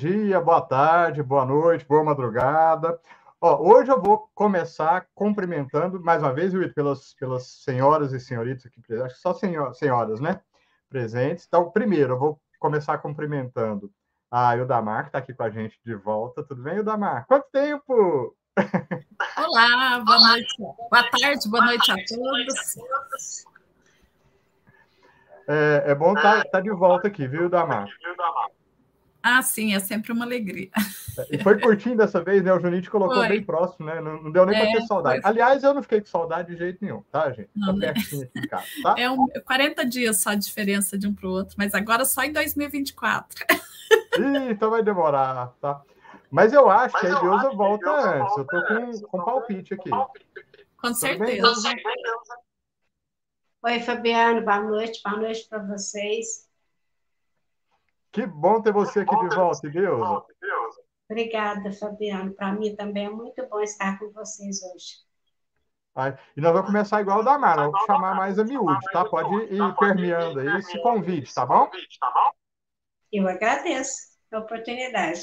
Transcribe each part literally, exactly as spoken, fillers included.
dia, boa tarde, boa noite, boa madrugada. Ó, hoje eu vou começar cumprimentando, mais uma vez, Will, pelas, pelas senhoras e senhoritas aqui presentes, acho que só senhor, senhoras, né? Presentes. Então, primeiro, eu vou começar cumprimentando a Ildamar, que está aqui com a gente de volta. Tudo bem, Ildamar? Quanto tempo? Olá, boa noite. Boa tarde, boa noite a todos. É, é bom estar tá, tá de volta aqui, viu, Ildamar? Ah, sim, é sempre uma alegria. E foi curtinho dessa vez, né? O Juninho te colocou foi. bem próximo, né? Não, não deu nem é, para ter saudade. Foi. Aliás, eu não fiquei com saudade de jeito nenhum, tá, gente? Não, tá pertinho aqui em casa, tá? É um, quarenta dias só a diferença de um para o outro, mas agora só em dois mil e vinte e quatro. Ih, então vai demorar, tá? Mas eu acho mas que a Deusa volta Deusa antes. Volta eu tô com, antes. com palpite aqui. Com certeza. Oi, Fabiano, boa noite. Boa noite para vocês. Que bom ter você aqui de volta, Deusa. Obrigada, Fabiano. Para mim também é muito bom estar com vocês hoje. Ai, e nós vamos começar igual o da Mara, vamos chamar mais a miúde, tá? Pode ir permeando aí esse convite, tá bom? Eu agradeço a oportunidade.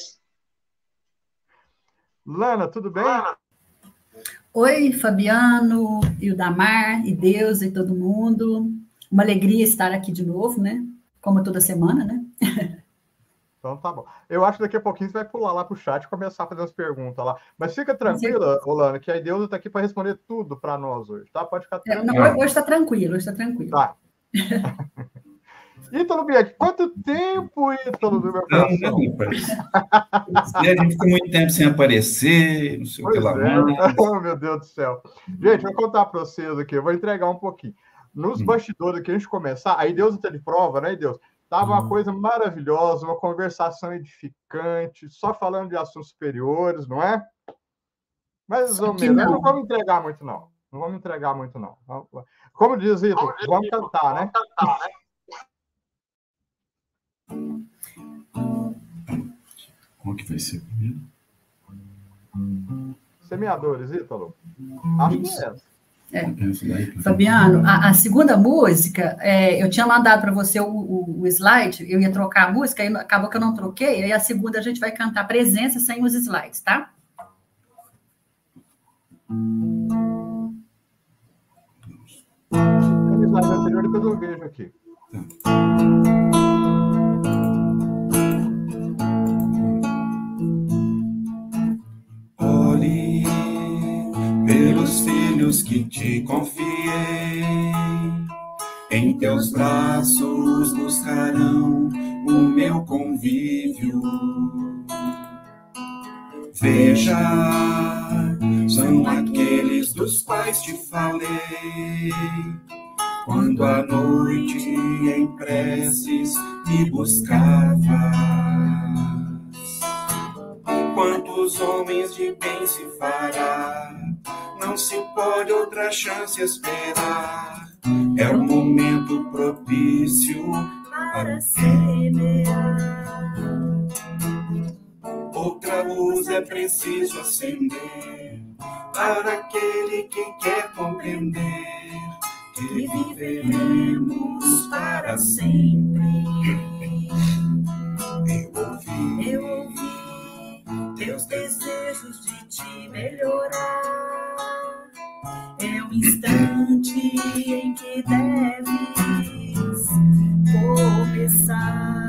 Lana, tudo bem? Oi, Fabiano, Ildamar, e Deus e todo mundo. Uma alegria estar aqui de novo, né? Como toda semana, né? Então tá bom. Eu acho que daqui a pouquinho você vai pular lá pro chat e começar a fazer as perguntas lá. Mas fica tranquila, Lana, que a Deusa está aqui para responder tudo para nós hoje, tá? Pode ficar tranquila. Não, hoje está tranquilo, hoje está tranquilo. Tá. Ítalo Bianchi, quanto tempo, Ítalo, do meu coração? Não, não, a gente ficou muito tempo sem aparecer, não sei o que lá. É. Oh, meu Deus do céu. Gente, vou contar para vocês aqui, eu vou entregar um pouquinho. Nos hum. bastidores aqui, a gente começar, aí Deus está de prova, né, Deus? Tava uma coisa maravilhosa, uma conversação edificante, só falando de assuntos superiores, não é? Mais ou menos. Não. não vamos entregar muito, não. Não vamos entregar muito, não. Como diz Ítalo, vamos cantar, né? Como que vai ser primeiro? Semeadores, Ítalo? Acho que é essa. É. Fabiano, a, a segunda música, é, eu tinha mandado para você o, o, o slide, eu ia trocar a música, aí acabou que eu não troquei, aí a segunda a gente vai cantar Presença sem os slides, tá? O slide anterior depois eu vejo aqui. Olhe pelos filhos que te confiei, em teus braços buscarão o meu convívio. Veja, são aqueles dos quais te falei, quando à noite em preces me buscavas. Quantos homens de bem se fará, não se pode outra chance esperar. É o momento propício para semear. Outra luz é preciso acender para aquele que quer compreender que viveremos para sempre. Eu ouvi, eu ouvi teus desejos de te melhorar. É o instante em que deves começar.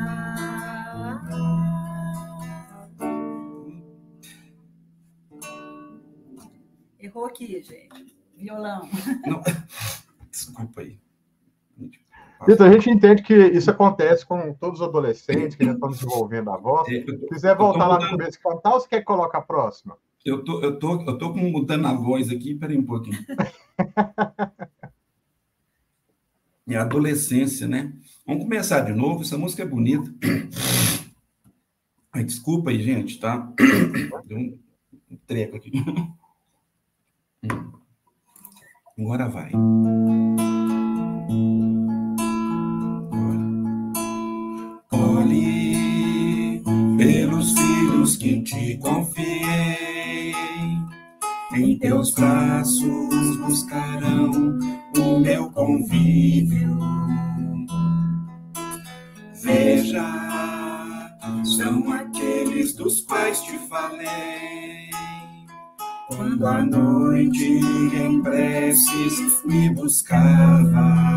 Errou aqui, gente. Violão. Não. Desculpa aí. Então, a gente entende que isso acontece com todos os adolescentes que já estão desenvolvendo a voz. Se quiser voltar lá no começo e cantar, ou você quer que coloque a próxima? Eu tô, eu tô, eu tô mudando a voz aqui, peraí um pouquinho. É a adolescência, né? Vamos começar de novo, essa música é bonita. Ai, desculpa aí, gente, tá? Deu um treco aqui. Agora vai. Olhe pelos filhos que te confiei, em teus braços buscarão o meu convívio. Veja, são aqueles dos quais te falei. Quando à noite em preces me buscavas,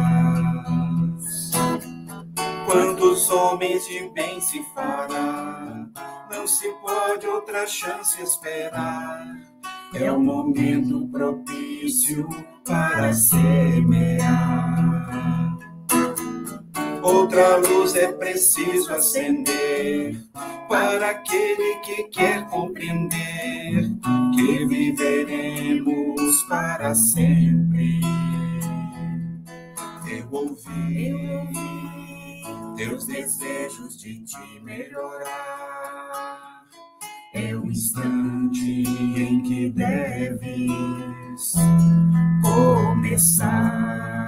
quantos homens de bem se fará, não se pode outra chance esperar. É o momento propício para semear. Outra luz é preciso acender para aquele que quer compreender que viveremos para sempre. Eu ouvi teus desejos de te melhorar. É o instante em que deves começar.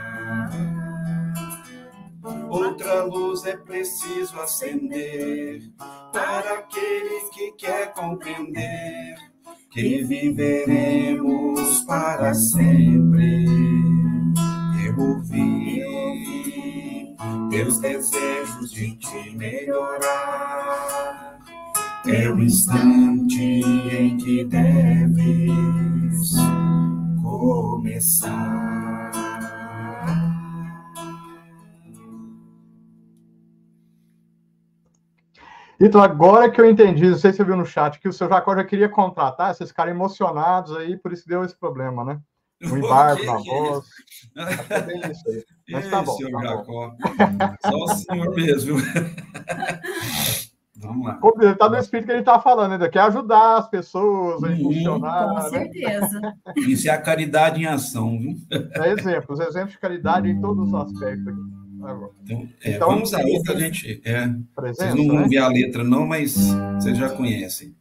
Outra luz é preciso acender para aquele que quer compreender que viveremos para sempre. Eu ouvi teus desejos de te melhorar. É o instante em que deves começar. Então, agora que eu entendi, não sei se você viu no chat, que o seu Jacó já queria contratar, vocês ficaram emocionados aí, por isso deu esse problema, né? Um embargo na voz. Acho que é bem isso aí. Mas tá bom. Seu Tá Jacó. Só o senhor mesmo. Vamos lá. Ele está no espírito que a gente estava falando ainda, que é ajudar as pessoas a Uhum. impulsionar. Com né? certeza. Isso é a caridade em ação, viu? É exemplos, exemplos de caridade em todos os aspectos aqui. Agora. Então, é, Então, vamos a outra, gente. É, presença, vocês não vão né? ver a letra, não, mas vocês já conhecem.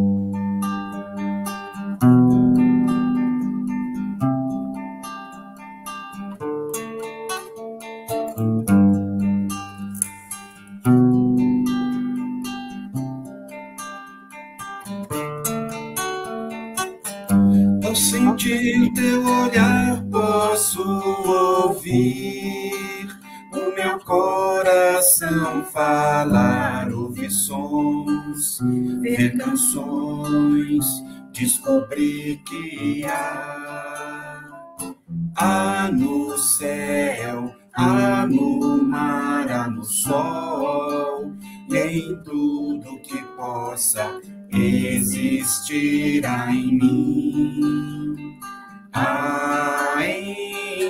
Ao sentir teu olhar posso ouvir o meu coração falar, ouvir sons, ver canções, descobrir que há, há no céu, há no mar, há no sol, e em tudo que possa existirá em mim, há em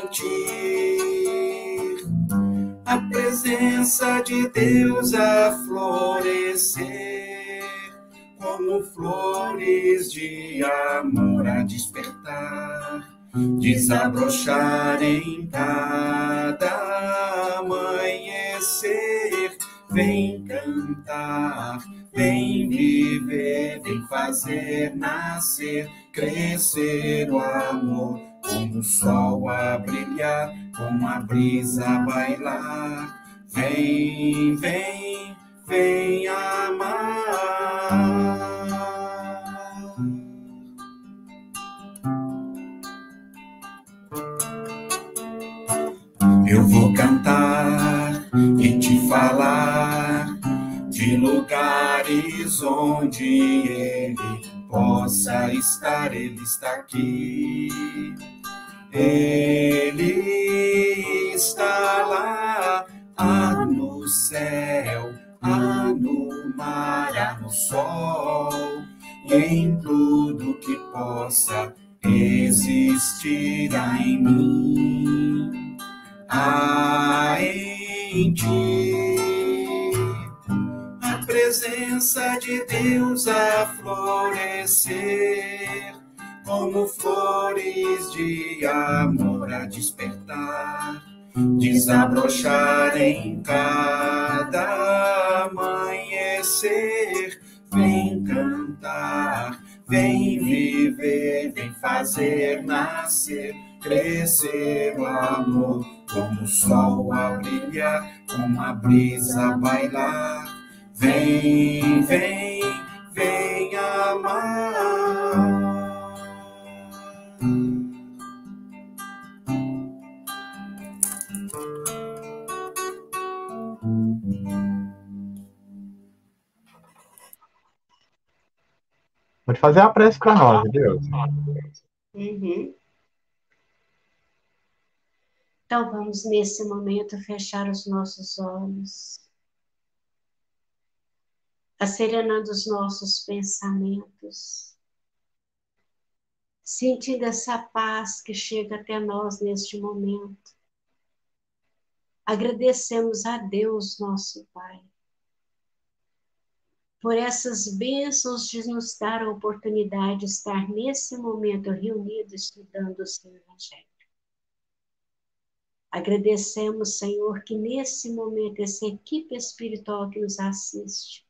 ti a presença de Deus a florescer, como flores de amor a despertar, desabrochar em cada amanhecer. Vem cantar, vem viver, vem fazer nascer, crescer o amor, como o sol a brilhar, como a brisa a bailar. Vem, vem, vem amar. Eu vou cantar e te falar de lugares onde Ele possa estar. Ele está aqui, Ele está lá, há no céu, há no mar, há no sol, e em tudo que possa existir há em mim, há em ti a presença de Deus a florescer, como flores de amor a despertar, desabrochar em cada amanhecer. Vem cantar, vem viver, vem fazer nascer, crescer o amor, como o sol a brilhar, como a brisa a bailar. Vem, vem, vem amar. Pode fazer a prece para nós, Deus. Uhum. Então, vamos, nesse momento, fechar os nossos olhos, acerenando os nossos pensamentos, sentindo essa paz que chega até nós neste momento. Agradecemos a Deus, nosso Pai, por essas bênçãos de nos dar a oportunidade de estar nesse momento reunidos estudando o seu Evangelho. Agradecemos, Senhor, que nesse momento essa equipe espiritual que nos assiste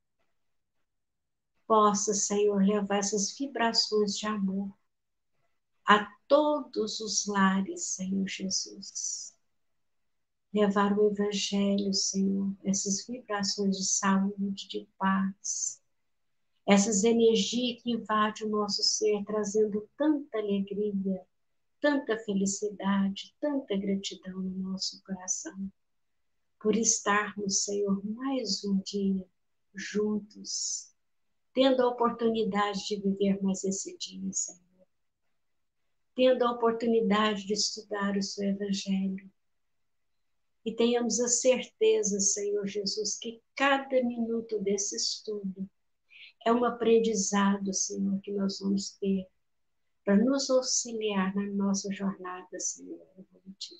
possa, Senhor, levar essas vibrações de amor a todos os lares, Senhor Jesus. Levar o Evangelho, Senhor, essas vibrações de saúde, de paz, essas energias que invadem o nosso ser, trazendo tanta alegria, tanta felicidade, tanta gratidão no nosso coração, por estarmos, Senhor, mais um dia juntos, tendo a oportunidade de viver mais esse dia, Senhor, tendo a oportunidade de estudar o seu Evangelho. E tenhamos a certeza, Senhor Jesus, que cada minuto desse estudo é um aprendizado, Senhor, que nós vamos ter para nos auxiliar na nossa jornada, Senhor, evolutiva.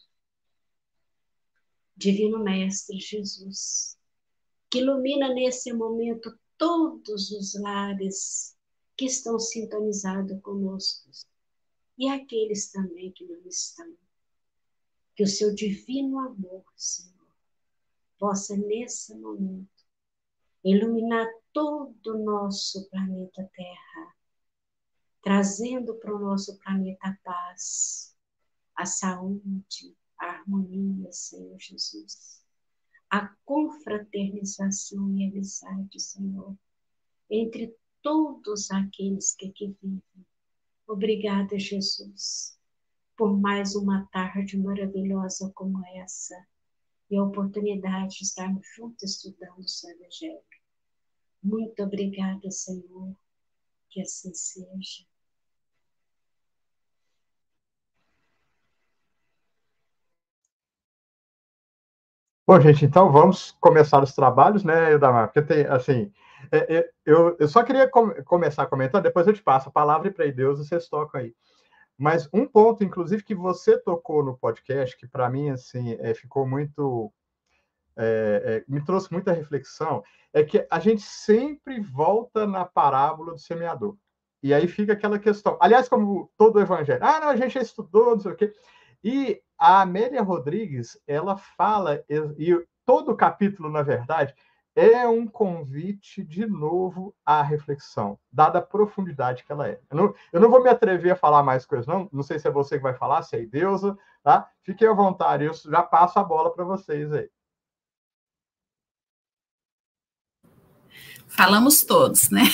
Divino Mestre Jesus, que ilumina nesse momento todos os lares que estão sintonizados conosco e aqueles também que não estão. Que o seu divino amor, Senhor, possa nesse momento iluminar todo o nosso planeta Terra, trazendo para o nosso planeta a paz, a saúde, a harmonia, Senhor Jesus, a confraternização e amizade, Senhor, entre todos aqueles que aqui vivem. Obrigada, Jesus, por mais uma tarde maravilhosa como essa e a oportunidade de estarmos juntos estudando o seu Evangelho. Muito obrigada, Senhor, que assim seja. Bom, gente, então vamos começar os trabalhos, né, Eudamar? Porque tem, assim, é, é, eu, eu só queria com, começar comentando, depois eu te passo a palavra e para Deus vocês tocam aí. Mas um ponto, inclusive, que você tocou no podcast, que para mim, assim, é, ficou muito... É, é, me trouxe muita reflexão, é que a gente sempre volta na parábola do semeador. E aí fica aquela questão... Aliás, como todo o evangelho. Ah, não, a gente já estudou, não sei o quê. E a Amélia Rodrigues, ela fala... E todo o capítulo, na verdade... é um convite, de novo, à reflexão, dada a profundidade que ela é. Eu não, eu não vou me atrever a falar mais coisas, não. Não sei se é você que vai falar, se é a Deusa, tá? Fiquem à vontade, eu já passo a bola para vocês aí. Falamos todos, né?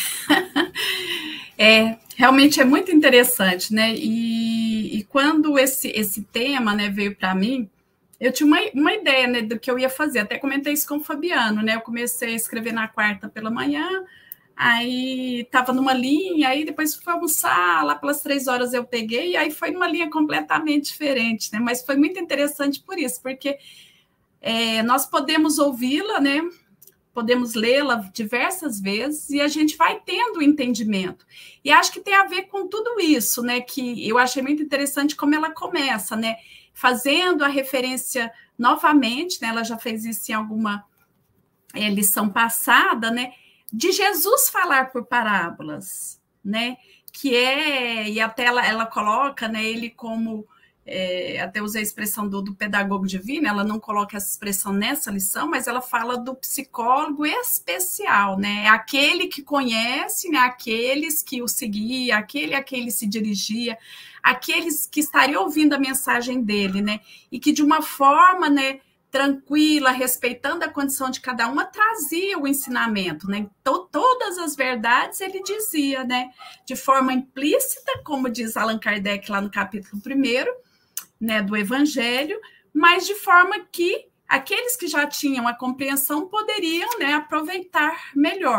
É, realmente é muito interessante, né? E, e quando esse, esse tema, né, veio para mim, eu tinha uma, uma ideia, né, do que eu ia fazer, até comentei isso com o Fabiano, né, eu comecei a escrever na quarta pela manhã, aí estava numa linha, aí depois fui almoçar, lá pelas três horas eu peguei, e aí foi numa linha completamente diferente, né, mas foi muito interessante por isso, porque é, nós podemos ouvi-la, né, podemos lê-la diversas vezes, e a gente vai tendo entendimento, e acho que tem a ver com tudo isso, né, que eu achei muito interessante como ela começa, né, fazendo a referência novamente, né, ela já fez isso em alguma é, lição passada, né, de Jesus falar por parábolas, né, que é, e até ela, ela coloca, né, ele como, é, até usei a expressão do, do pedagogo divino, ela não coloca essa expressão nessa lição, mas ela fala do psicólogo especial, né, aquele que conhece, né, aqueles que o seguia, aquele a quem ele se dirigia, aqueles que estariam ouvindo a mensagem dele, né, e que de uma forma, né, tranquila, respeitando a condição de cada uma, trazia o ensinamento, né, então, todas as verdades ele dizia, né, de forma implícita, como diz Allan Kardec lá no capítulo primeiro, né, do Evangelho, mas de forma que aqueles que já tinham a compreensão poderiam, né, aproveitar melhor,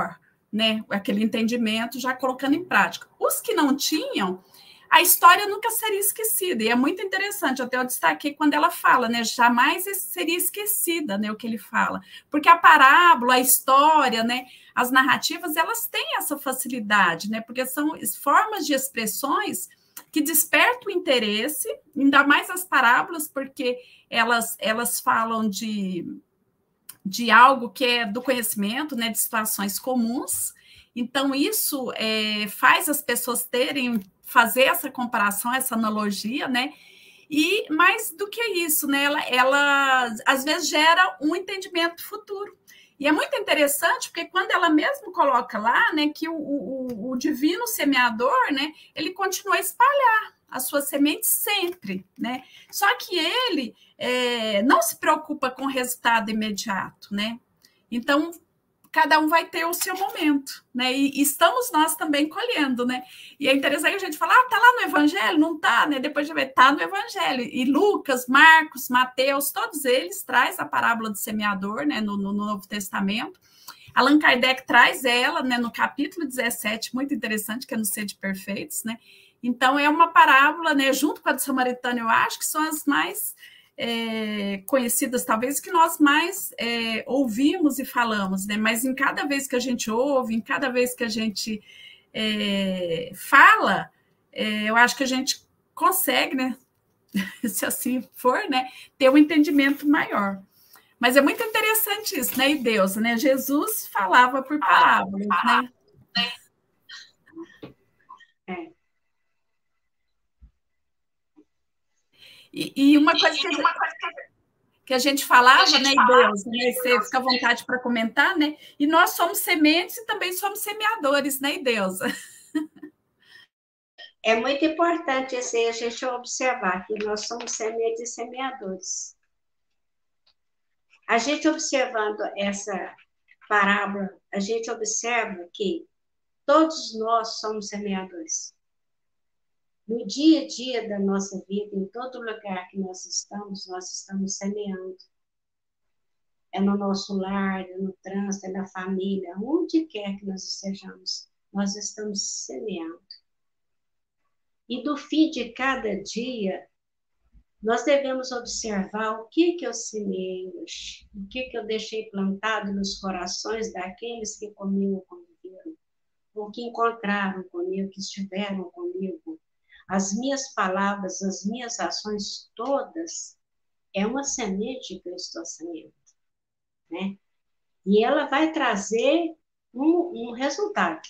né, aquele entendimento, já colocando em prática. Os que não tinham, a história nunca seria esquecida, e é muito interessante, até eu destaquei quando ela fala, né, jamais seria esquecida, né, o que ele fala, porque a parábola, a história, né, as narrativas, elas têm essa facilidade, né, porque são formas de expressões que despertam o interesse, ainda mais as parábolas, porque elas, elas falam de, de algo que é do conhecimento, né, de situações comuns. Então, isso é, faz as pessoas terem, fazer essa comparação, essa analogia, né? E mais do que isso, né? Ela, ela às vezes gera um entendimento futuro. E é muito interessante, porque quando ela mesmo coloca lá, né, que o, o, o divino semeador, né, ele continua a espalhar a sua semente sempre, né? Só que ele é, não se preocupa com o resultado imediato, né? Então, cada um vai ter o seu momento, né? E estamos nós também colhendo, né? E é interessante a gente falar, ah, tá lá no Evangelho? Não tá, né? Depois de ver, tá no Evangelho. E Lucas, Marcos, Mateus, todos eles traz a parábola do semeador, né? No, no Novo Testamento. Allan Kardec traz ela, né? No capítulo dezessete, muito interessante, que é no Sede Perfeitos, né? Então, é uma parábola, né? Junto com a do Samaritano, eu acho que são as mais É, conhecidas, talvez, que nós mais é, ouvimos e falamos, né? Mas em cada vez que a gente ouve, em cada vez que a gente é, fala, é, eu acho que a gente consegue, né? Se assim for, né? Ter um entendimento maior. Mas é muito interessante isso, né? E Deus, né? Jesus falava por parábolas, né? É. E, e uma coisa que a gente, que a gente falava, a gente né, falava, Deus, né, você fica à vontade para comentar, né? E nós somos sementes e também somos semeadores, né, Deus? É muito importante assim, a gente observar que nós somos sementes e semeadores. A gente observando essa parábola, a gente observa que todos nós somos semeadores. No dia a dia da nossa vida, em todo lugar que nós estamos, nós estamos semeando. É no nosso lar, é no trânsito, é na família, onde quer que nós estejamos, nós estamos semeando. E do fim de cada dia, nós devemos observar o que, que eu semeei hoje, o que, que eu deixei plantado nos corações daqueles que comigo conviveram, ou que encontraram comigo, que estiveram comigo. As minhas palavras, as minhas ações todas, é uma semente que eu estou semeando, né? E ela vai trazer um, um resultado.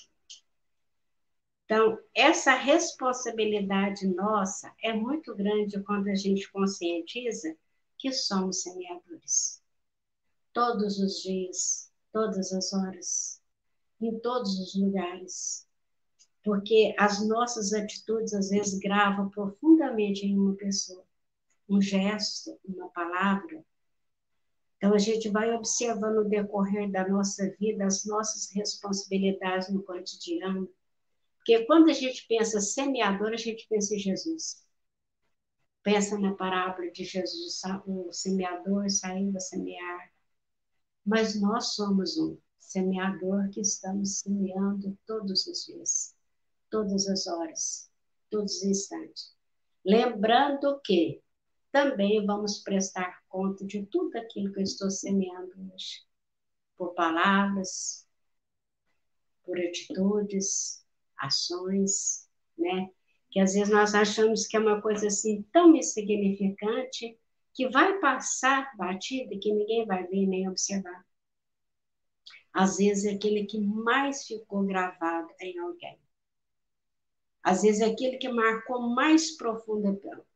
Então, essa responsabilidade nossa é muito grande quando a gente conscientiza que somos semeadores. Todos os dias, todas as horas, em todos os lugares. Porque as nossas atitudes, às vezes, gravam profundamente em uma pessoa. Um gesto, uma palavra. Então, a gente vai observando o decorrer da nossa vida, as nossas responsabilidades no cotidiano. Porque quando a gente pensa semeador, a gente pensa em Jesus. Pensa na parábola de Jesus, o semeador saiu a semear. Mas nós somos um semeador que estamos semeando todos os dias, todas as horas, todos os instantes. Lembrando que também vamos prestar conta de tudo aquilo que eu estou semeando hoje. Por palavras, por atitudes, ações, né? Que às vezes nós achamos que é uma coisa assim tão insignificante que vai passar batida e que ninguém vai ver nem observar. Às vezes é aquele que mais ficou gravado em alguém. Às vezes é aquele que marcou mais profunda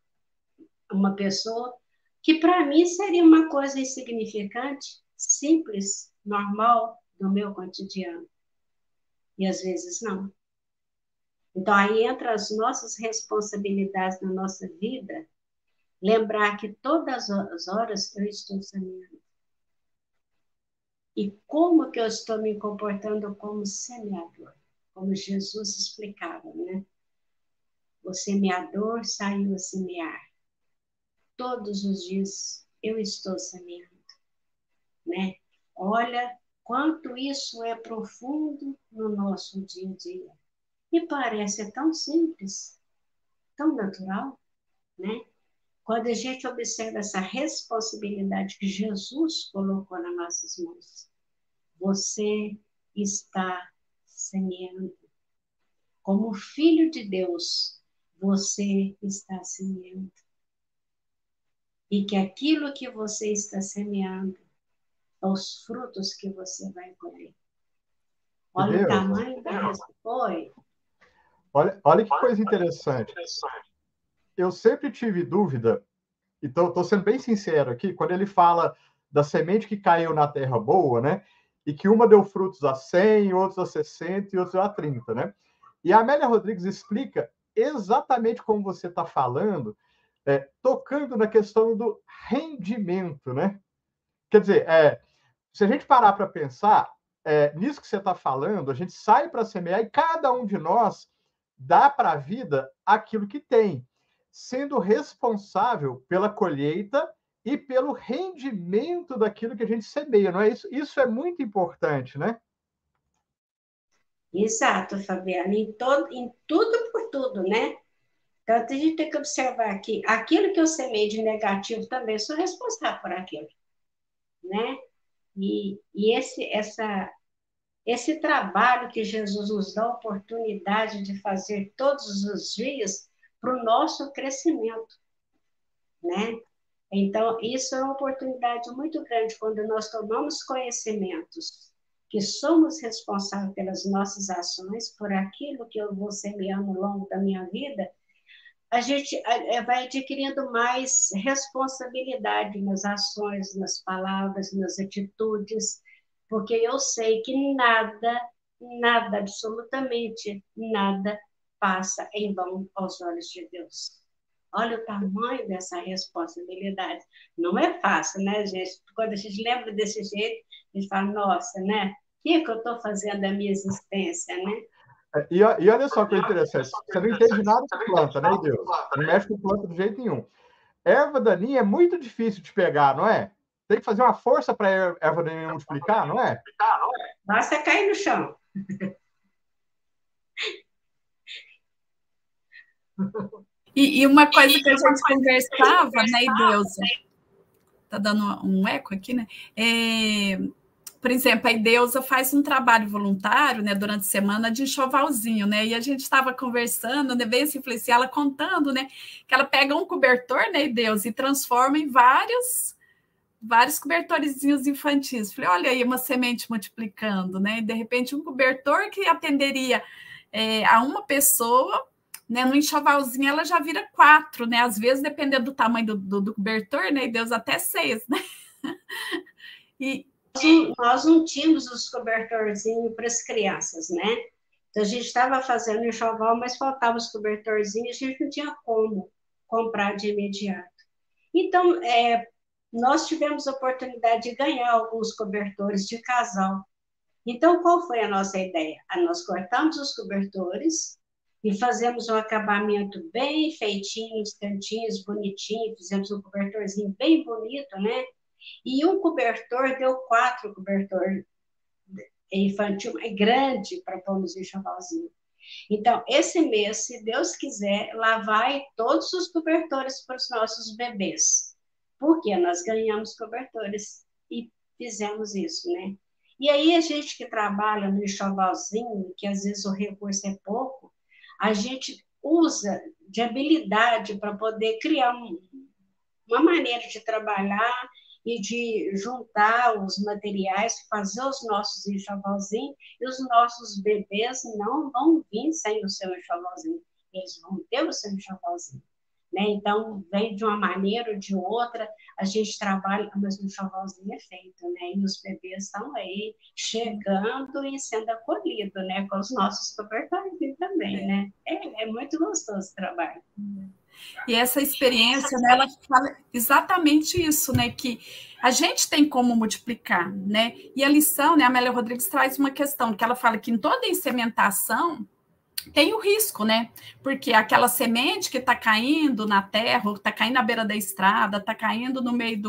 uma pessoa, que para mim seria uma coisa insignificante, simples, normal, do meu cotidiano. E às vezes não. Então, aí entra as nossas responsabilidades na nossa vida, lembrar que todas as horas eu estou semeando. E como que eu estou me comportando como semeador? Como Jesus explicava, né? O semeador saiu a semear. Todos os dias eu estou semeando, né? Olha quanto isso é profundo no nosso dia a dia. E parece tão simples, tão natural, né? Quando a gente observa essa responsabilidade que Jesus colocou nas nossas mãos, você está semeando. Como filho de Deus, você está semeando. E que aquilo que você está semeando, os frutos que você vai colher. Olha o tamanho da resposta. Olha, olha que coisa interessante. Eu sempre tive dúvida, e estou sendo bem sincero aqui, quando ele fala da semente que caiu na terra boa, né? E que uma deu frutos a cem, outros a sessenta e outros a trinta, né? E a Amélia Rodrigues explica exatamente como você está falando, é, tocando na questão do rendimento, né? Quer dizer, é, se a gente parar para pensar, é, nisso que você está falando, a gente sai para semear e cada um de nós dá para a vida aquilo que tem, sendo responsável pela colheita e pelo rendimento daquilo que a gente semeia, não é isso? Isso é muito importante, né? Exato, Fabiana, em, todo, em tudo por tudo, né? Então, a gente tem que observar que aquilo que eu semei de negativo também sou responsável por aquilo, né? E, e esse, essa, esse trabalho que Jesus nos dá a oportunidade de fazer todos os dias para o nosso crescimento, né? Então, isso é uma oportunidade muito grande quando nós tomamos conhecimentos que somos responsáveis pelas nossas ações, por aquilo que eu vou semeando ao longo da minha vida, a gente vai adquirindo mais responsabilidade nas ações, nas palavras, nas atitudes, porque eu sei que nada, nada, absolutamente nada passa em vão aos olhos de Deus. Olha o tamanho dessa responsabilidade. Não é fácil, né, gente? Quando a gente lembra desse jeito, a gente fala, nossa, né? O que, é que eu estou fazendo da minha existência, né? E, e olha só que interessante, você não entende nada de planta, né, Deus? Não mexe com planta de jeito nenhum. Erva daninha é muito difícil de pegar, não é? Tem que fazer uma força para a erva daninha multiplicar, não é? Basta cair no chão. E, e uma coisa que a gente conversava, né, Ideusa? Tá dando um eco aqui, né? É, por exemplo, a Ideusa faz um trabalho voluntário, né, durante a semana de enxovalzinho, né? E a gente estava conversando, né, bem assim, ela contando, né, que ela pega um cobertor, né, Ideusa, e transforma em vários, vários cobertorzinhos infantis. Falei, olha aí, uma semente multiplicando, né? E de repente, um cobertor que atenderia é, a uma pessoa, né, no enxovalzinho ela já vira quatro, né? Às vezes, dependendo do tamanho do, do, do cobertor, né? E Deus até seis, né? E nós não tínhamos os cobertorzinhos para as crianças, né? Então a gente estava fazendo enxoval, mas faltavam os cobertorzinhos, a gente não tinha como comprar de imediato. Então, é, nós tivemos a oportunidade de ganhar alguns cobertores de casal. Então, qual foi a nossa ideia? Nós cortamos os cobertores e fazemos um acabamento bem feitinho, os cantinhos bonitinhos, fizemos um cobertorzinho bem bonito, né? E um cobertor deu quatro cobertores infantil, é grande para pôr nos enxovalzinhos. Então, esse mês, se Deus quiser, lá vai todos os cobertores para os nossos bebês. Porque nós ganhamos cobertores e fizemos isso, né? E aí, a gente que trabalha no enxovalzinho, que às vezes o recurso é pouco, a gente usa de habilidade para poder criar um, uma maneira de trabalhar e de juntar os materiais, fazer os nossos enxovalzinhos, e os nossos bebês não vão vir sem o seu enxovalzinho, eles vão ter o seu enxovalzinho. Né? Então, vem de uma maneira ou de outra, a gente trabalha, mas o enxovalzinho é feito, né? E os bebês estão aí chegando e sendo acolhidos, né? Com os nossos cobertores também, né? É, é muito gostoso o trabalho. E essa experiência, né, ela fala exatamente isso, né? Que a gente tem como multiplicar, né? E a lição, né? A Amélia Rodrigues traz uma questão, que ela fala que em toda insementação tem o risco, né? Porque aquela semente que está caindo na terra, ou está caindo na beira da estrada, está caindo no meio do,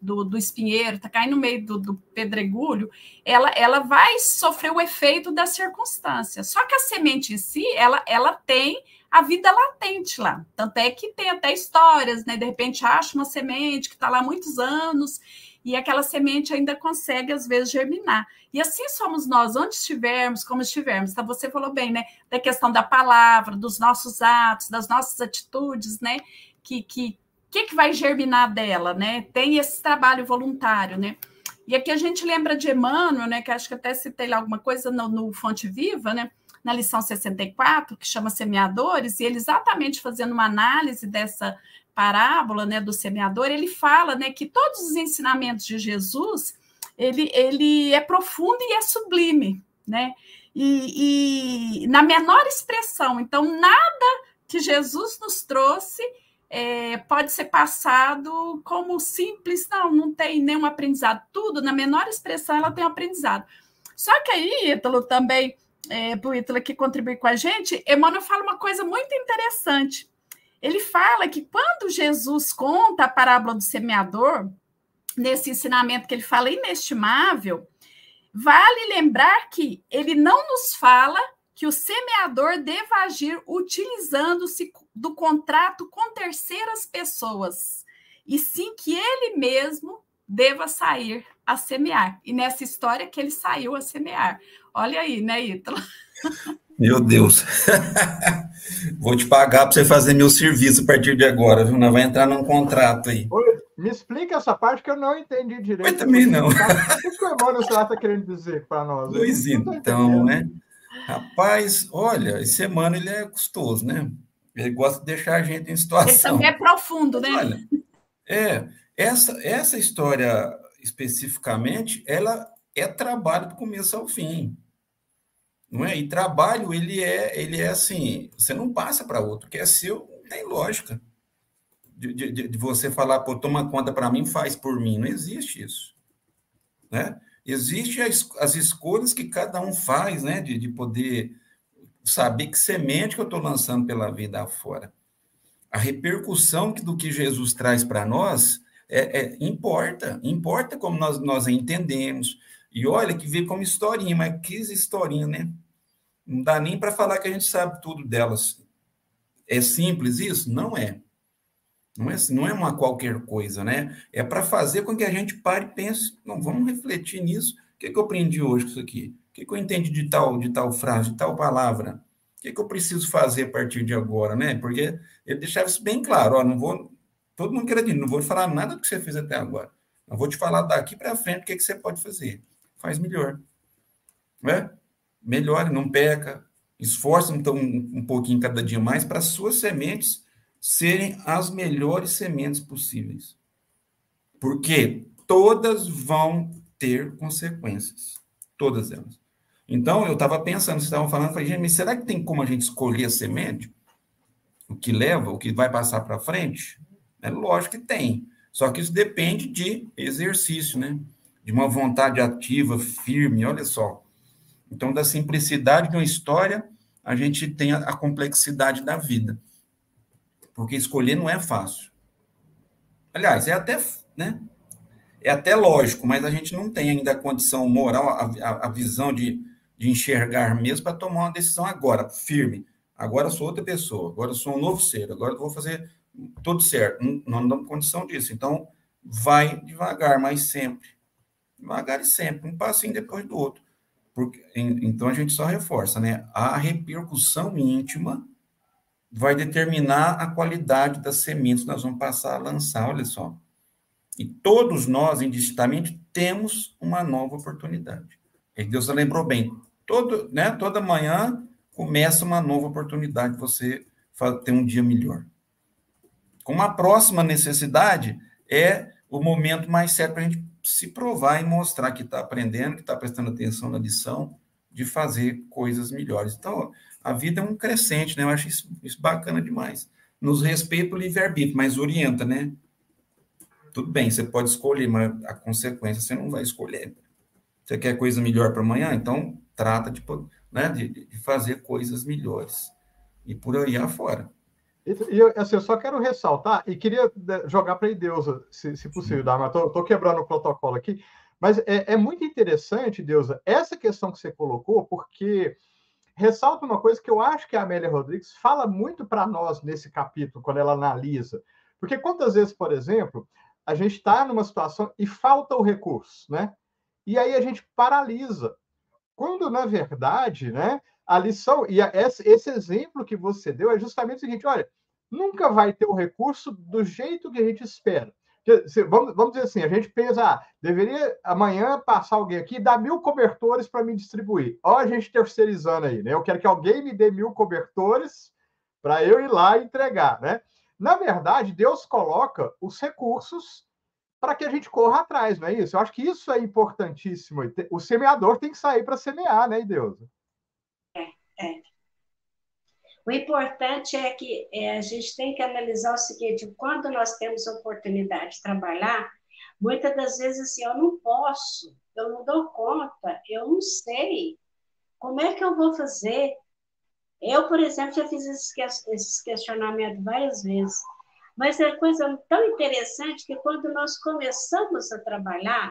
do, do espinheiro, está caindo no meio do, do pedregulho, ela, ela vai sofrer o efeito da circunstância. Só que a semente em si, ela, ela tem a vida latente lá. Tanto é que tem até histórias, né? De repente acha uma semente que está lá há muitos anos e aquela semente ainda consegue, às vezes, germinar. E assim somos nós, onde estivermos, como estivermos. Então, você falou bem, né? Da questão da palavra, dos nossos atos, das nossas atitudes, né? Que, que, que, que vai germinar dela, né? Tem esse trabalho voluntário, né? E aqui a gente lembra de Emmanuel, né? Que acho que até citei lá alguma coisa no, no Fonte Viva, né? Na lição sessenta e quatro, que chama Semeadores, e ele exatamente fazendo uma análise dessa parábola, né, do semeador, ele fala, né, que todos os ensinamentos de Jesus, ele, ele é profundo e é sublime, né, e, e na menor expressão. Então, nada que Jesus nos trouxe é, pode ser passado como simples, não, não tem nenhum aprendizado. Tudo, na menor expressão, ela tem um aprendizado. Só que aí, Ítalo, também, é, para o Ítalo que contribui com a gente, Emmanuel fala uma coisa muito interessante. Ele fala que quando Jesus conta a parábola do semeador, nesse ensinamento que ele fala inestimável, vale lembrar que ele não nos fala que o semeador deva agir utilizando-se do contrato com terceiras pessoas, e sim que ele mesmo deva sair a semear. E nessa história que ele saiu a semear. Olha aí, né, Ítalo? Meu Deus. Vou te pagar para você fazer meu serviço a partir de agora, viu? Não vai entrar num contrato aí. Oi, me explica essa parte que eu não entendi direito. Eu também não. O que o Emmanuel está querendo dizer para nós? Pois então, né? Rapaz, olha, esse Emmanuel, ele é custoso, né? Ele gosta de deixar a gente em situação. Ele também é profundo, né? Mas, olha, é, essa, essa história especificamente, ela é trabalho do começo ao fim. Não é? E trabalho, ele é, ele é assim, você não passa para outro, que é seu, não tem lógica. De, de, de você falar, pô, toma conta para mim, faz por mim. Não existe isso. Né? Existem as, as escolhas que cada um faz, né? De, de poder saber que semente que eu estou lançando pela vida afora. A repercussão do que Jesus traz para nós é, é, importa, importa como nós, nós a entendemos. E olha que vê como historinha, mas que historinha, né? Não dá nem para falar que a gente sabe tudo delas. É simples isso? Não é. Não é, não é uma qualquer coisa, né? É para fazer com que a gente pare e pense, não, vamos refletir nisso. O que, que eu aprendi hoje com isso aqui? O que, que eu entendi de tal, de tal frase, de tal palavra? O que, que eu preciso fazer a partir de agora, né? Porque ele deixava isso bem claro, ó, não vou... Todo mundo acredita, não vou falar nada do que você fez até agora. Não vou te falar daqui para frente o que, que você pode fazer. Faz melhor. Né? Melhore, não peca, esforça então, um, um pouquinho cada dia mais para as suas sementes serem as melhores sementes possíveis. Porque todas vão ter consequências. Todas elas. Então, eu estava pensando, vocês estavam falando, falei, gente, mas será que tem como a gente escolher a semente? O que leva, o que vai passar para frente? É lógico que tem. Só que isso depende de exercício, né? De uma vontade ativa, firme, olha só. Então, da simplicidade de uma história, a gente tem a, a complexidade da vida. Porque escolher não é fácil. Aliás, é até, né? É até lógico, mas a gente não tem ainda a condição moral, a, a, a visão de, de enxergar mesmo para tomar uma decisão agora, firme. Agora eu sou outra pessoa, agora eu sou um novo ser, agora eu vou fazer tudo certo. Não, não damos condição disso. Então, vai devagar, mas sempre. Devagar e sempre, um passinho depois do outro. Porque, então, a gente só reforça, né? A repercussão íntima vai determinar a qualidade das sementes que nós vamos passar a lançar, olha só. E todos nós, indistintamente, temos uma nova oportunidade. E Deus lembrou bem, todo, né, toda manhã começa uma nova oportunidade de você ter um dia melhor. Com uma próxima necessidade, é o momento mais certo para a gente se provar e mostrar que está aprendendo, que está prestando atenção na lição, de fazer coisas melhores. Então, a vida é um crescente, né? Eu acho isso, isso bacana demais. Nos respeita o livre-arbítrio, mas orienta, né? Tudo bem, você pode escolher, mas a consequência você não vai escolher. Você quer coisa melhor para amanhã? Então, trata de, né, de, de fazer coisas melhores. E por aí afora. E eu, assim, eu só quero ressaltar, e queria jogar para a Ideusa, se, se possível, Dharma. Estou quebrando o protocolo aqui, mas é, é muito interessante, Ideusa, essa questão que você colocou, porque ressalta uma coisa que eu acho que a Amélia Rodrigues fala muito para nós nesse capítulo, quando ela analisa. Porque quantas vezes, por exemplo, a gente está numa situação e falta o recurso, né? E aí a gente paralisa. Quando, na verdade, né, a lição, e a, esse, esse exemplo que você deu é justamente o seguinte: olha, nunca vai ter o recurso do jeito que a gente espera. Porque, se, vamos, vamos dizer assim, a gente pensa, ah, deveria amanhã passar alguém aqui e dar mil cobertores para me distribuir. Olha a gente terceirizando aí, né? Eu quero que alguém me dê mil cobertores para eu ir lá e entregar, né? Na verdade, Deus coloca os recursos para que a gente corra atrás, não é isso? Eu acho que isso é importantíssimo. O semeador tem que sair para semear, né, Deus? É, é. O importante é que é, a gente tem que analisar o seguinte: quando nós temos a oportunidade de trabalhar, muitas das vezes assim, eu não posso, eu não dou conta, eu não sei como é que eu vou fazer. Eu, por exemplo, já fiz esses questionamentos várias vezes, mas é coisa tão interessante que quando nós começamos a trabalhar,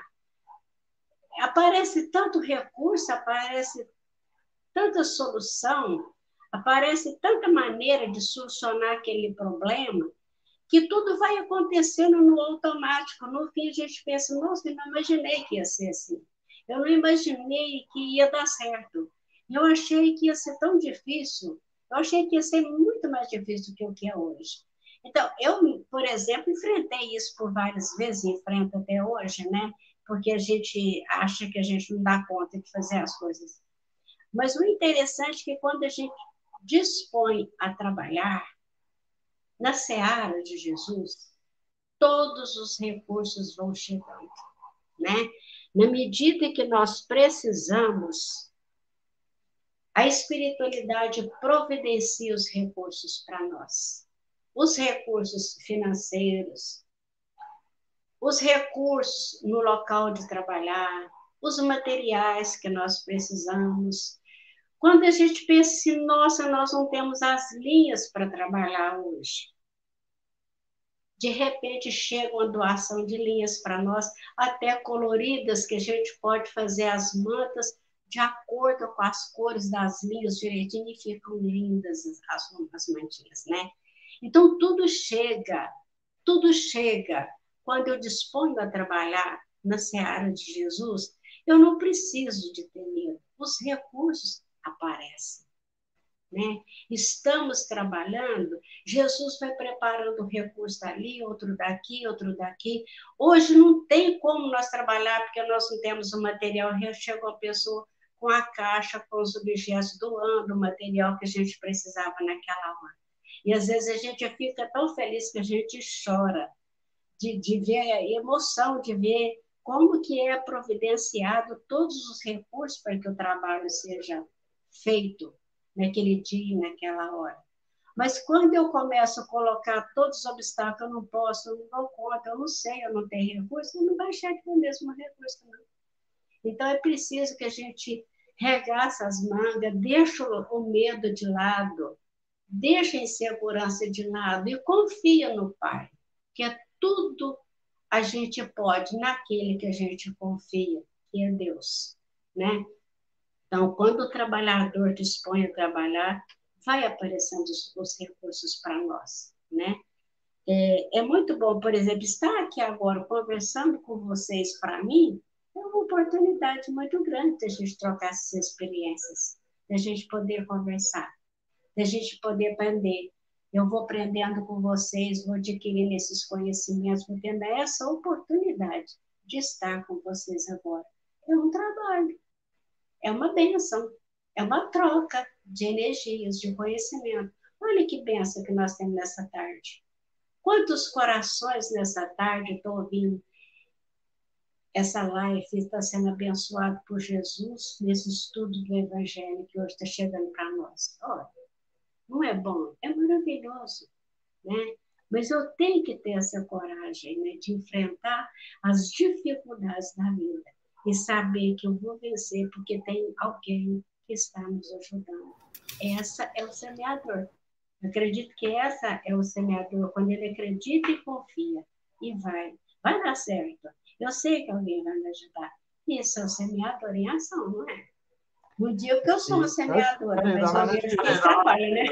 aparece tanto recurso, aparece tanta solução, aparece tanta maneira de solucionar aquele problema, que tudo vai acontecendo no automático. No fim, a gente pensa, nossa, eu não imaginei que ia ser assim. Eu não imaginei que ia dar certo. Eu achei que ia ser tão difícil. Eu achei que ia ser muito mais difícil do que o que é hoje. Então, eu, por exemplo, enfrentei isso por várias vezes, enfrento até hoje, né? Porque a gente acha que a gente não dá conta de fazer as coisas. Mas o interessante é que quando a gente dispõe a trabalhar na seara de Jesus, todos os recursos vão chegando, né? Na medida que nós precisamos, a espiritualidade providencia os recursos para nós. Os recursos financeiros, os recursos no local de trabalhar, os materiais que nós precisamos. Quando a gente pensa assim, nossa, nós não temos as linhas para trabalhar hoje. De repente chega uma doação de linhas para nós, até coloridas, que a gente pode fazer as mantas de acordo com as cores das linhas direitinho e ficam lindas as, as mantinhas, né? Então tudo chega, tudo chega. Quando eu disponho a trabalhar na seara de Jesus, eu não preciso de ter medo. Os recursos aparecem, né? Estamos trabalhando, Jesus vai preparando um recurso ali, outro daqui, outro daqui. Hoje não tem como nós trabalhar, porque nós não temos o material. Chegou a pessoa com a caixa, com os objetos, doando o material que a gente precisava naquela hora. E às vezes a gente fica tão feliz que a gente chora de, de ver a emoção, de ver como que é providenciado todos os recursos para que o trabalho seja feito naquele dia, naquela hora. Mas quando eu começo a colocar todos os obstáculos, eu não posso, eu não dou conta, eu não sei, eu não tenho recurso, eu não vai achar que é o mesmo recurso, não. Então é preciso que a gente regaça as mangas, deixa o medo de lado, deixa a insegurança de lado e confia no Pai, que é tudo a gente pode naquele que a gente confia, que é Deus, né? Então, quando o trabalhador dispõe a trabalhar, vai aparecendo os, os recursos para nós, né? É, é muito bom, por exemplo, estar aqui agora conversando com vocês, para mim, é uma oportunidade muito grande de a gente trocar essas experiências, de a gente poder conversar, de a gente poder aprender. Eu vou aprendendo com vocês, vou adquirindo esses conhecimentos, vou tendo essa oportunidade de estar com vocês agora. É um trabalho. É uma bênção, é uma troca de energias, de conhecimento. Olha que bênção que nós temos nessa tarde. Quantos corações nessa tarde estão ouvindo essa live, está sendo abençoado por Jesus nesse estudo do Evangelho que hoje está chegando para nós. Olha, não é bom? É maravilhoso, né? Mas eu tenho que ter essa coragem, né, de enfrentar as dificuldades da vida e saber que eu vou vencer porque tem alguém que está nos ajudando. Essa é o semeador, Eu acredito que essa é o semeador, quando ele acredita e confia, e vai, vai dar certo. Eu sei que alguém vai me ajudar. Isso é o semeador em ação, não é? No dia que eu sou uma semeadora, mas eu vejo que trabalha, né?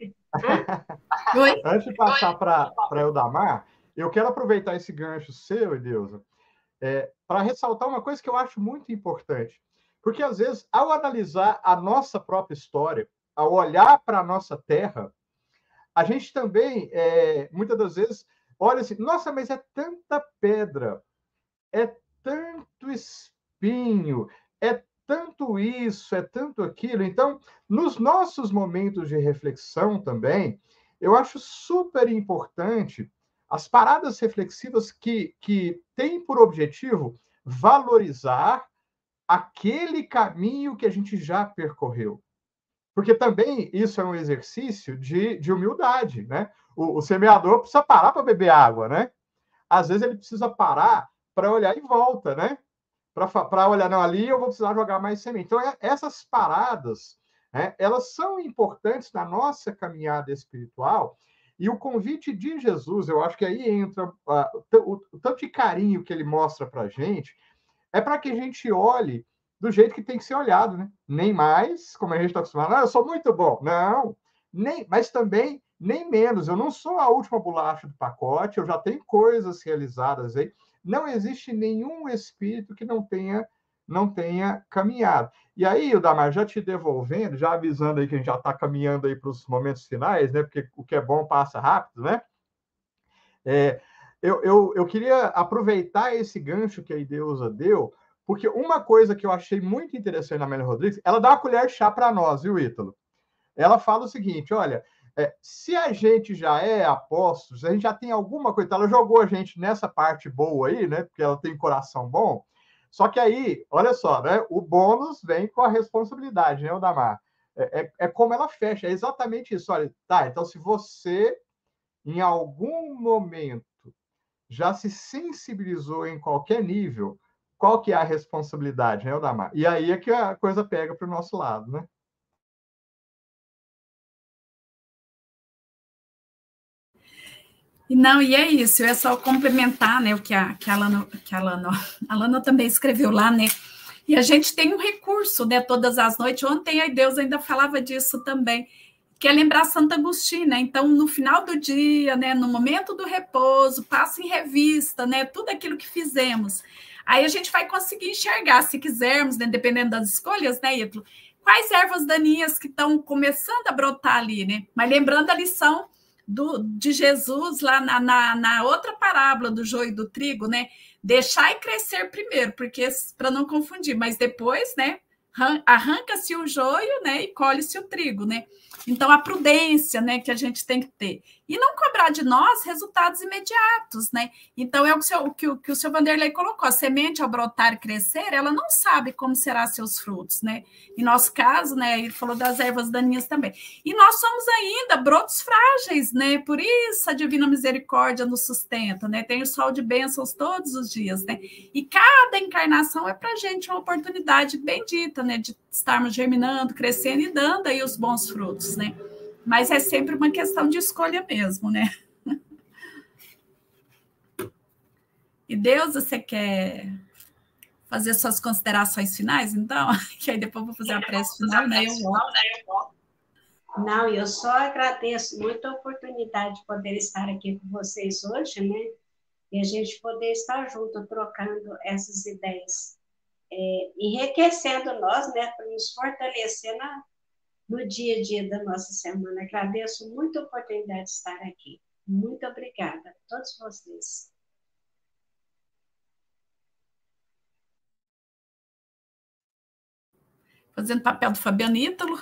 Oi? Antes de passar para a Eudamar, eu quero aproveitar esse gancho seu, Edeusa, é, para ressaltar uma coisa que eu acho muito importante. Porque, às vezes, ao analisar a nossa própria história, ao olhar para a nossa terra, a gente também, é, muitas das vezes, olha assim, nossa, mas é tanta pedra, é tanto espinho, é tanto isso, é tanto aquilo. Então, nos nossos momentos de reflexão também, eu acho super importante as paradas reflexivas que, que têm por objetivo valorizar aquele caminho que a gente já percorreu. Porque também isso é um exercício de, de humildade, né? O, o semeador precisa parar para beber água, né? Às vezes ele precisa parar para olhar em volta, né? Para olhar, não, ali eu vou precisar jogar mais semente. Então, é, essas paradas, né, elas são importantes na nossa caminhada espiritual, e o convite de Jesus, eu acho que aí entra uh, o, o tanto de carinho que ele mostra para a gente, é para que a gente olhe do jeito que tem que ser olhado, né? Nem mais, como a gente está acostumado, ah, eu sou muito bom. Não, nem, mas também nem menos. Eu não sou a última bolacha do pacote, eu já tenho coisas realizadas aí. Não existe nenhum espírito que não tenha, não tenha caminhado. E aí, Eudamar, já te devolvendo, já avisando aí que a gente já está caminhando aí para os momentos finais, né? Porque o que é bom passa rápido, né? É, eu, eu, eu queria aproveitar esse gancho que a Ideusa deu, porque uma coisa que eu achei muito interessante na Amélia Rodrigues, ela dá uma colher de chá para nós, viu, Ítalo? Ela fala o seguinte, olha, é, se a gente já é apóstolo, se a gente já tem alguma coisa, ela jogou a gente nessa parte boa aí, né? Porque ela tem coração bom. Só que aí, olha só, né? O bônus vem com a responsabilidade, né, Eudamar? É, é, é como ela fecha, é exatamente isso. Olha, tá, então se você, em algum momento, já se sensibilizou em qualquer nível, qual que é a responsabilidade, né, Eudamar? E aí é que a coisa pega para o nosso lado, né? Não, e é isso, é só complementar, né, o que a, que a Alana, que a Alana, a Alana também escreveu lá, né, e a gente tem um recurso, né, todas as noites, ontem a Deus ainda falava disso também, que é lembrar Santo Agostinho, né, então no final do dia, né, no momento do repouso, passa em revista, né, tudo aquilo que fizemos, aí a gente vai conseguir enxergar, se quisermos, né, dependendo das escolhas, né, Ítalo, quais ervas daninhas que estão começando a brotar ali, né, mas lembrando a lição Do, de Jesus lá na, na, na outra parábola do joio e do trigo, né? Deixar e crescer primeiro, porque para não confundir, mas depois, né? Arranca-se o joio, né? E colhe-se o trigo, né? Então, a prudência, né, que a gente tem que ter. E não cobrar de nós resultados imediatos, né? Então, é o que o, seu, que o, que o seu Vanderlei colocou. A semente, ao brotar e crescer, ela não sabe como serão seus frutos, né? Em nosso caso, né, ele falou das ervas daninhas também. E nós somos ainda brotos frágeis, né? Por isso a divina misericórdia nos sustenta, né? Tem o sol de bênçãos todos os dias, né? E cada encarnação é para a gente uma oportunidade bendita, né? De estarmos germinando, crescendo e dando aí os bons frutos, né? Mas é sempre uma questão de escolha mesmo, né? E Deus, você quer fazer suas considerações finais, então? Que aí depois eu vou fazer a prece final, né? Eu volto. Não, eu só agradeço muito a oportunidade de poder estar aqui com vocês hoje, né? E a gente poder estar junto, trocando essas ideias. É, enriquecendo nós, né? Para nos fortalecer na, no dia a dia da nossa semana. Agradeço muito a oportunidade de estar aqui. Muito obrigada a todos vocês. Fazendo papel do Fabiano Ítalo.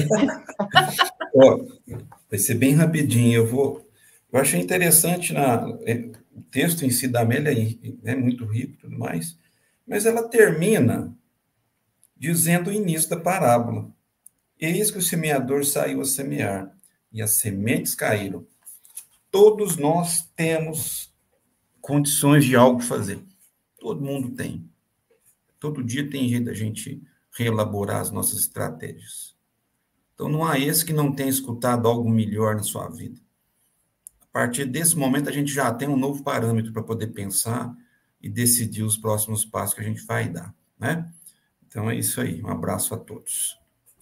Oh, vai ser bem rapidinho. Eu vou. Eu achei interessante na, o texto em si da Amélia é, é muito rico e tudo mais, mas ela termina dizendo o início da parábola. Eis que o semeador saiu a semear, e as sementes caíram. Todos nós temos condições de algo fazer. Todo mundo tem. Todo dia tem jeito da gente reelaborar as nossas estratégias. Então, não há esse que não tenha escutado algo melhor na sua vida. A partir desse momento, a gente já tem um novo parâmetro para poder pensar e decidir os próximos passos que a gente vai dar, né? Então, é isso aí. Um abraço a todos.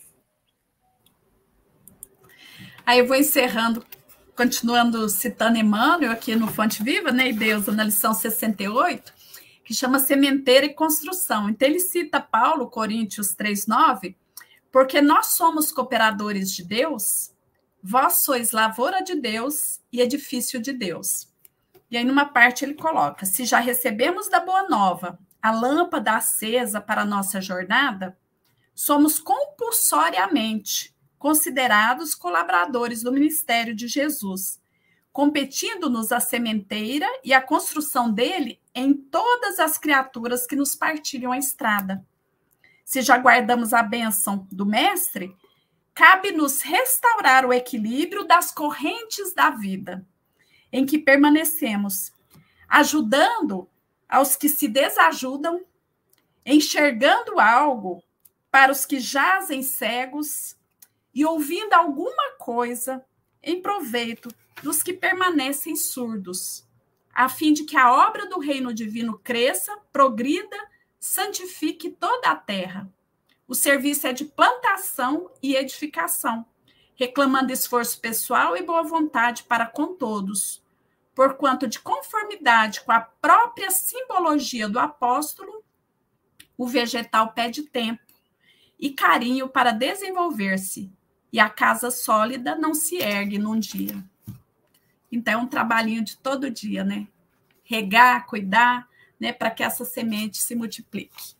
Aí eu vou encerrando, continuando citando Emmanuel aqui no Fonte Viva, né, e Deus, na lição sessenta e oito, que chama Sementeira e Construção. Então, ele cita Paulo, Coríntios três, nove, porque nós somos cooperadores de Deus, vós sois lavoura de Deus e edifício de Deus. E aí, numa parte, ele coloca, se já recebemos da boa nova a lâmpada acesa para a nossa jornada, somos compulsoriamente considerados colaboradores do ministério de Jesus, competindo-nos a sementeira e a construção dele em todas as criaturas que nos partilham a estrada. Se já guardamos a bênção do Mestre, cabe-nos restaurar o equilíbrio das correntes da vida, em que permanecemos, ajudando aos que se desajudam, enxergando algo para os que jazem cegos e ouvindo alguma coisa em proveito dos que permanecem surdos, a fim de que a obra do reino divino cresça, progrida, santifique toda a terra. O serviço é de plantação e edificação, reclamando esforço pessoal e boa vontade para com todos, porquanto, de conformidade com a própria simbologia do apóstolo, o vegetal pede tempo e carinho para desenvolver-se, e a casa sólida não se ergue num dia. Então, é um trabalhinho de todo dia, né? Regar, cuidar, né? Para que essa semente se multiplique.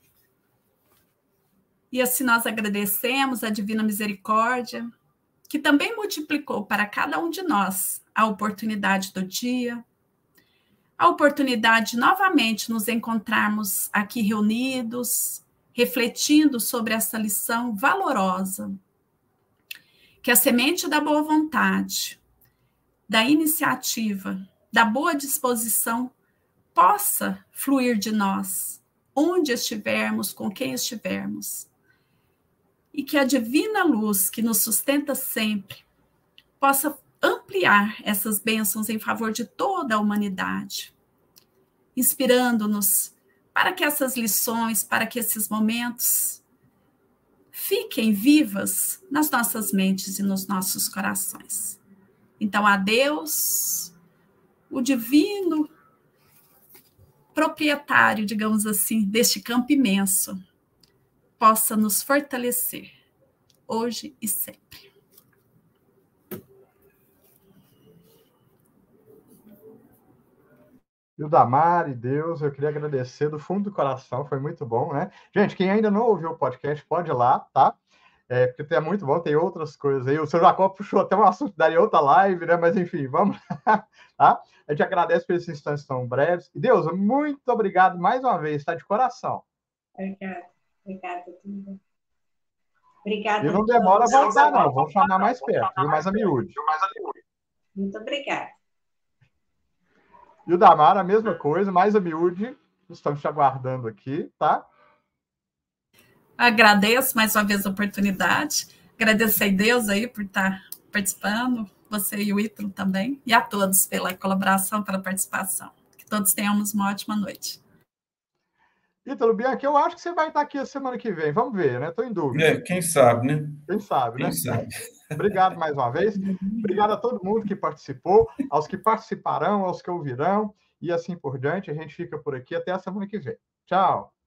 E assim nós agradecemos a Divina Misericórdia, que também multiplicou para cada um de nós a oportunidade do dia, a oportunidade de novamente nos encontrarmos aqui reunidos, refletindo sobre essa lição valorosa, que a semente da boa vontade, da iniciativa, da boa disposição possa fluir de nós, onde estivermos, com quem estivermos. E que a divina luz que nos sustenta sempre possa ampliar essas bênçãos em favor de toda a humanidade, inspirando-nos para que essas lições, para que esses momentos fiquem vivas nas nossas mentes e nos nossos corações. Então, a Deus, o divino proprietário, digamos assim, deste campo imenso, possa nos fortalecer, hoje e sempre. E o Damari, Deus, eu queria agradecer do fundo do coração, foi muito bom, né? Gente, quem ainda não ouviu o podcast, pode ir lá, tá? É, porque é muito bom, tem outras coisas aí. O senhor Jacó puxou até um assunto, daria outra live, né? Mas enfim, vamos lá, tá? A gente agradece por esses instantes tão breves. E Deus, muito obrigado mais uma vez, tá? De coração. Obrigada, obrigada, Duda. Obrigada. E não demora a voltar, não. Vamos chamar mais perto, viu? Mais a miúde. Muito obrigada. E o Damar, a mesma coisa, mais a miúde. Estamos te aguardando aqui, tá? Agradeço mais uma vez a oportunidade. Agradecer a Deus aí por estar participando, você e o Ítalo também, e a todos pela colaboração, pela participação. Que todos tenhamos uma ótima noite. Ítalo Bianchi, eu acho que você vai estar aqui a semana que vem. Vamos ver, né? Estou em dúvida. É, quem sabe, né? Quem sabe, quem né? Sabe. Obrigado mais uma vez. Obrigado a todo mundo que participou, aos que participarão, aos que ouvirão, e assim por diante. A gente fica por aqui até a semana que vem. Tchau.